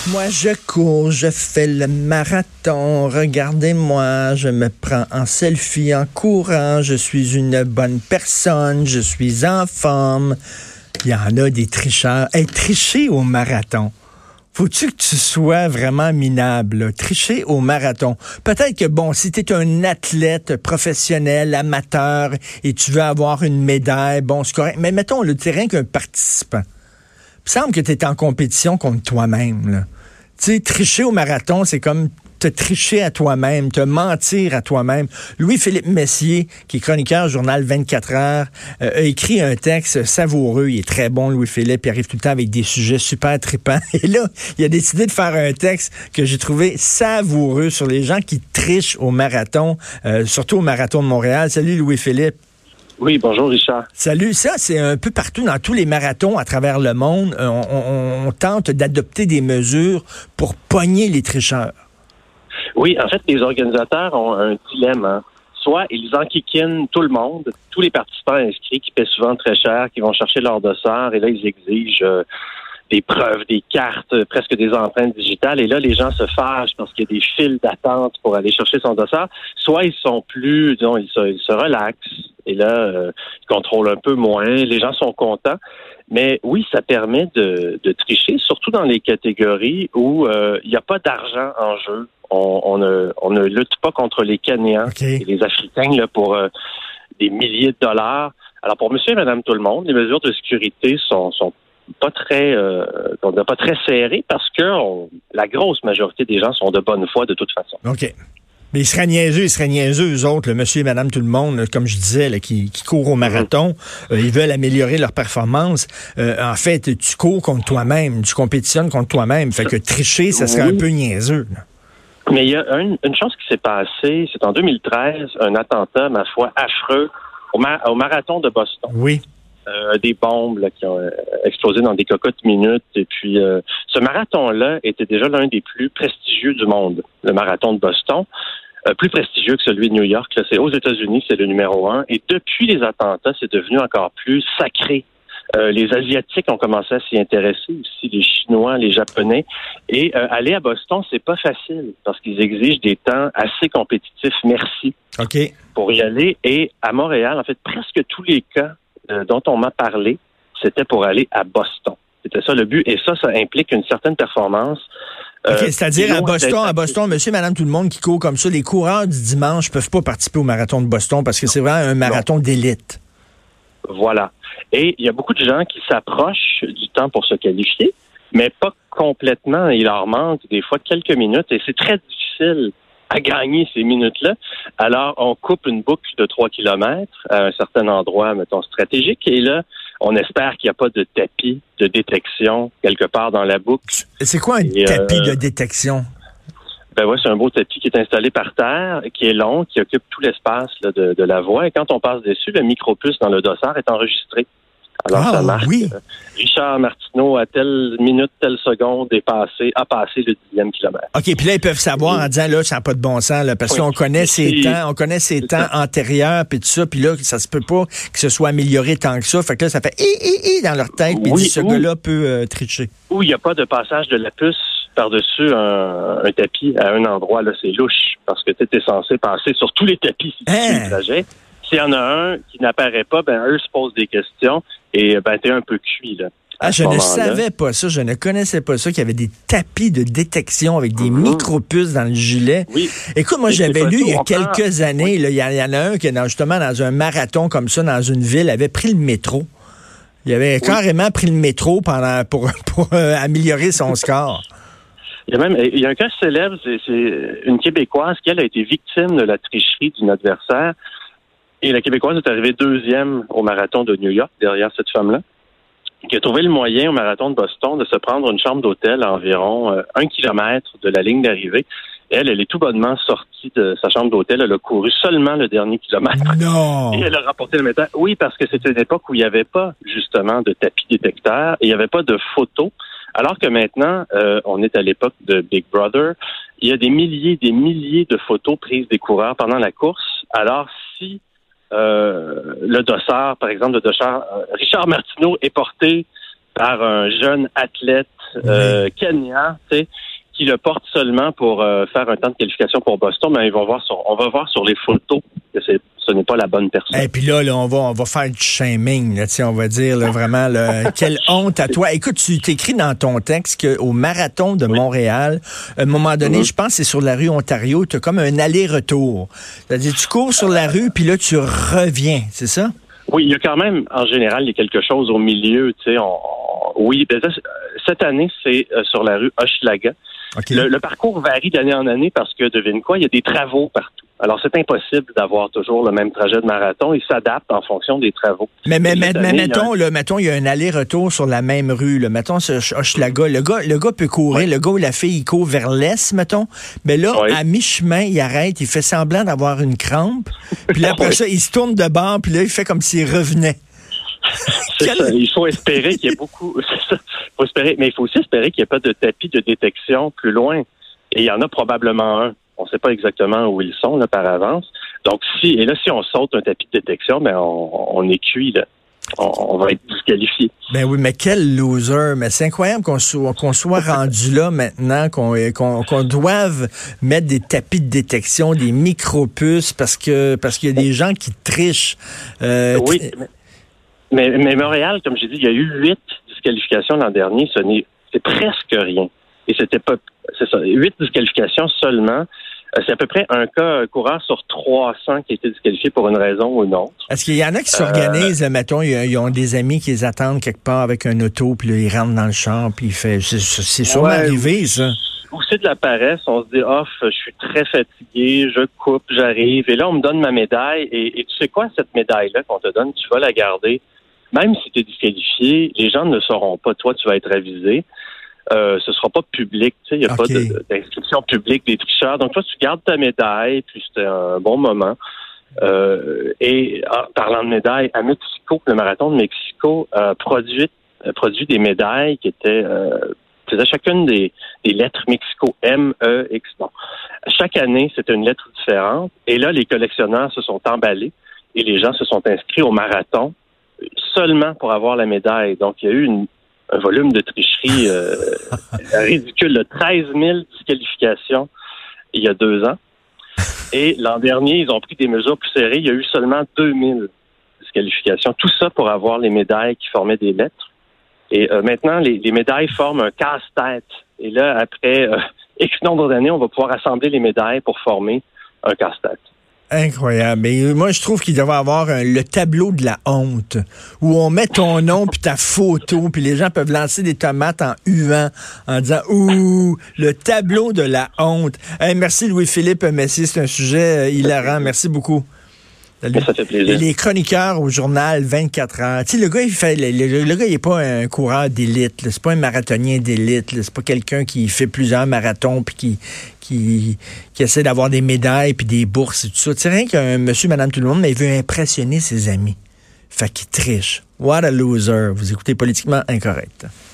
Moi, je cours, je fais le marathon. Regardez-moi, je me prends en selfie en courant. Je suis une bonne personne. Je suis en forme. Il y en a des tricheurs. Hey, tricher au marathon. Faut-tu que tu sois vraiment minable, là? Tricher au marathon. Peut-être que, bon, si tu es un athlète professionnel, amateur, et tu veux avoir une médaille, bon, c'est correct. Mais mettons, tu n'es rien qu'un participant. Il me semble que tu es en compétition contre toi-même, là. Tu sais, tricher au marathon, c'est comme te tricher à toi-même, te mentir à toi-même. Louis-Philippe Messier, qui est chroniqueur au journal 24 heures, a écrit un texte savoureux. Il est très bon, Louis-Philippe. Il arrive tout le temps avec des sujets super tripants. Et là, il a décidé de faire un texte que j'ai trouvé savoureux sur les gens qui trichent au marathon, surtout au marathon de Montréal. Salut, Louis-Philippe. Oui, bonjour Richard. Salut. Ça, c'est un peu partout dans tous les marathons à travers le monde. On tente d'adopter des mesures pour pogner les tricheurs. Oui, en fait, les organisateurs ont un dilemme. Hein. Soit ils enquiquinent tout le monde, tous les participants inscrits qui paient souvent très cher, qui vont chercher leur dossard, et là, ils exigent des preuves, des cartes, presque des empreintes digitales. Et là, les gens se fâchent parce qu'il y a des files d'attente pour aller chercher son dossard. Soit ils sont plus, disons, ils se relaxent. Et là, ils contrôlent un peu moins. Les gens sont contents. Mais oui, ça permet de tricher, surtout dans les catégories où il n'y a pas d'argent en jeu. On ne lutte pas contre les Kenyans et les Africains là, pour des milliers de dollars. Alors, pour monsieur et madame tout le monde, les mesures de sécurité sont pas très serrées parce que la grosse majorité des gens sont de bonne foi de toute façon. OK. Mais ils seraient niaiseux, eux autres, le monsieur et madame tout le monde, là, comme je disais, là, qui courent au marathon. Ils veulent améliorer leur performance. En fait, tu cours contre toi-même, tu compétitionnes contre toi-même. Fait que tricher, ça serait un peu niaiseux. Là. Mais il y a une chose qui s'est passée, c'est en 2013, un attentat, ma foi, affreux, au marathon de Boston. Oui. Des bombes là, qui ont explosé dans des cocottes minutes. Et puis, ce marathon-là était déjà l'un des plus prestigieux du monde, le marathon de Boston. Plus prestigieux que celui de New York. Là, c'est aux États-Unis, c'est le numéro 1. Et depuis les attentats, c'est devenu encore plus sacré. Les Asiatiques ont commencé à s'y intéresser aussi, les Chinois, les Japonais. Et aller à Boston, c'est pas facile parce qu'ils exigent des temps assez compétitifs, merci, pour y aller. Et à Montréal, en fait, presque tous les cas dont on m'a parlé, c'était pour aller à Boston. C'était ça le but. Et ça implique une certaine performance. C'est-à-dire à Boston, monsieur et madame tout le monde qui court comme ça, les coureurs du dimanche peuvent pas participer au marathon de Boston parce que c'est vraiment un marathon d'élite. Voilà. Et il y a beaucoup de gens qui s'approchent du temps pour se qualifier, mais pas complètement. Il leur manque des fois quelques minutes et c'est très difficile à gagner ces minutes-là. Alors, on coupe une boucle de 3 kilomètres à un certain endroit, mettons, stratégique, et là, on espère qu'il n'y a pas de tapis de détection quelque part dans la boucle. C'est quoi un tapis de détection? Ben ouais, c'est un beau tapis qui est installé par terre, qui est long, qui occupe tout l'espace là, de la voie. Et quand on passe dessus, le micropuce dans le dossard est enregistré. Alors, ça marque. Oui. Richard Martineau, à telle minute, telle seconde, a passé le 10e kilomètre. OK, puis là, ils peuvent savoir en disant, là, ça n'a pas de bon sens, là, parce qu'on connaît ses temps antérieurs, puis tout ça, puis là, ça se peut pas que ce soit amélioré tant que ça. Fait que là, ça fait dans leur tête, puis ce gars-là peut tricher. Ou il n'y a pas de passage de la puce par-dessus un tapis à un endroit, là, c'est louche, parce que tu étais censé passer sur tous les tapis si tu fais le trajet. S'il y en a un qui n'apparaît pas, ben eux se posent des questions et ben t'es un peu cuit, là. Je ne savais pas ça, je ne connaissais pas ça, qu'il y avait des tapis de détection avec des micropuces dans le gilet. Oui. Écoute, moi, j'avais lu il y a quelques années, il y en a un qui, justement, dans un marathon comme ça, dans une ville, avait pris le métro. Il avait carrément pris le métro pour améliorer son score. Il y a un cas célèbre, c'est une Québécoise qui, elle, a été victime de la tricherie d'une adversaire. Et la Québécoise est arrivée 2e au marathon de New York, derrière cette femme-là, qui a trouvé le moyen au marathon de Boston de se prendre une chambre d'hôtel à environ 1 kilomètre de la ligne d'arrivée. Elle est tout bonnement sortie de sa chambre d'hôtel. Elle a couru seulement le dernier kilomètre. Non! Et elle a rapporté le médecin. Oui, parce que c'était une époque où il n'y avait pas, justement, de tapis détecteur et il n'y avait pas de photos. Alors que maintenant, on est à l'époque de Big Brother. Il y a des milliers de photos prises des coureurs pendant la course. Alors, si le dossard, par exemple, Richard Martineau est porté par un jeune athlète Kenya, tu sais, qui le porte seulement pour faire un temps de qualification pour Boston, mais on va voir sur les photos que ce n'est pas la bonne personne. Et puis là, on va faire du shaming, là, on va dire là, vraiment, là, quelle honte à toi. Écoute, tu t'écris dans ton texte qu'au marathon de Montréal, à un moment donné, je pense que c'est sur la rue Ontario, tu as comme un aller-retour. C'est-à-dire, tu cours sur la rue, puis là, tu reviens, c'est ça? Oui, il y a quand même, en général, il y a quelque chose au milieu, tu sais. Oui, cette année, c'est sur la rue Hochelaga. Okay. Le parcours varie d'année en année parce que, devine quoi, il y a des travaux partout. Alors, c'est impossible d'avoir toujours le même trajet de marathon. Il s'adapte en fonction des travaux. Mais mettons, il y a un aller-retour sur la même rue. Là. Mettons, ce Hochelaga. Le gars peut courir. Le gars ou la fille, il court vers l'est, mettons. Mais là, à mi-chemin, il arrête. Il fait semblant d'avoir une crampe. Puis là, après ça, il se tourne de bord. Puis là, il fait comme s'il revenait. C'est ça. Il faut espérer qu'il y ait beaucoup. C'est ça. Il faut espérer, mais il faut aussi espérer qu'il n'y ait pas de tapis de détection plus loin. Et il y en a probablement un. On ne sait pas exactement où ils sont là, par avance. Donc, si on saute un tapis de détection, ben on est cuit, là. On va être disqualifié. Ben oui, mais quel loser. Mais c'est incroyable qu'on soit rendu là maintenant, qu'on doive mettre des tapis de détection, des micro-puces, parce qu'il y a des gens qui trichent. Oui, mais Montréal, comme j'ai dit, il y a eu 8 disqualifications l'an dernier. C'est presque rien. Et c'est ça, 8 disqualifications seulement. C'est à peu près un coureur sur 300 qui a été disqualifié pour une raison ou une autre. Est-ce qu'il y en a qui s'organisent, mettons, ils ont des amis qui les attendent quelque part avec un auto, puis là, ils rentrent dans le champ, puis c'est sûrement arrivé, ça. Ou c'est de la paresse, on se dit, je suis très fatigué, je coupe, j'arrive, et là, on me donne ma médaille, et tu sais quoi, cette médaille-là qu'on te donne, tu vas la garder. Même si tu es disqualifié, les gens ne le sauront pas. Toi, tu vas être avisé. Ce sera pas public. Tu sais, il n'y a pas d'inscription publique des tricheurs. Donc, toi, tu gardes ta médaille, puis c'était un bon moment. Et en parlant de médailles, à Mexico, le marathon de Mexico produit des médailles qui étaient faisaient chacune des lettres Mexico, M-E-X. Bon. Chaque année, c'était une lettre différente. Et là, les collectionneurs se sont emballés et les gens se sont inscrits au marathon seulement pour avoir la médaille. Donc, il y a eu un volume de tricherie ridicule de 13 000 disqualifications il y a 2 ans. Et l'an dernier, ils ont pris des mesures plus serrées. Il y a eu seulement 2 000 disqualifications. Tout ça pour avoir les médailles qui formaient des lettres. Et maintenant, les médailles forment un casse-tête. Et là, après X nombre d'années, on va pouvoir assembler les médailles pour former un casse-tête. Incroyable. Mais moi, je trouve qu'il devrait avoir le tableau de la honte, où on met ton nom puis ta photo, puis les gens peuvent lancer des tomates en huant, en disant « Ouh, le tableau de la honte ». Hey, merci Louis-Philippe Messier, c'est un sujet hilarant. Merci beaucoup. Ça fait plaisir. Les chroniqueurs au journal 24 heures. Tu sais, le gars, le gars, il est pas un coureur d'élite. Là. C'est pas un marathonien d'élite. Là. C'est pas quelqu'un qui fait plusieurs marathons puis qui essaie d'avoir des médailles puis des bourses et tout ça. Tu sais, rien qu'un monsieur, madame, tout le monde, mais il veut impressionner ses amis. Fait qu'il triche. What a loser. Vous écoutez Politiquement Incorrect.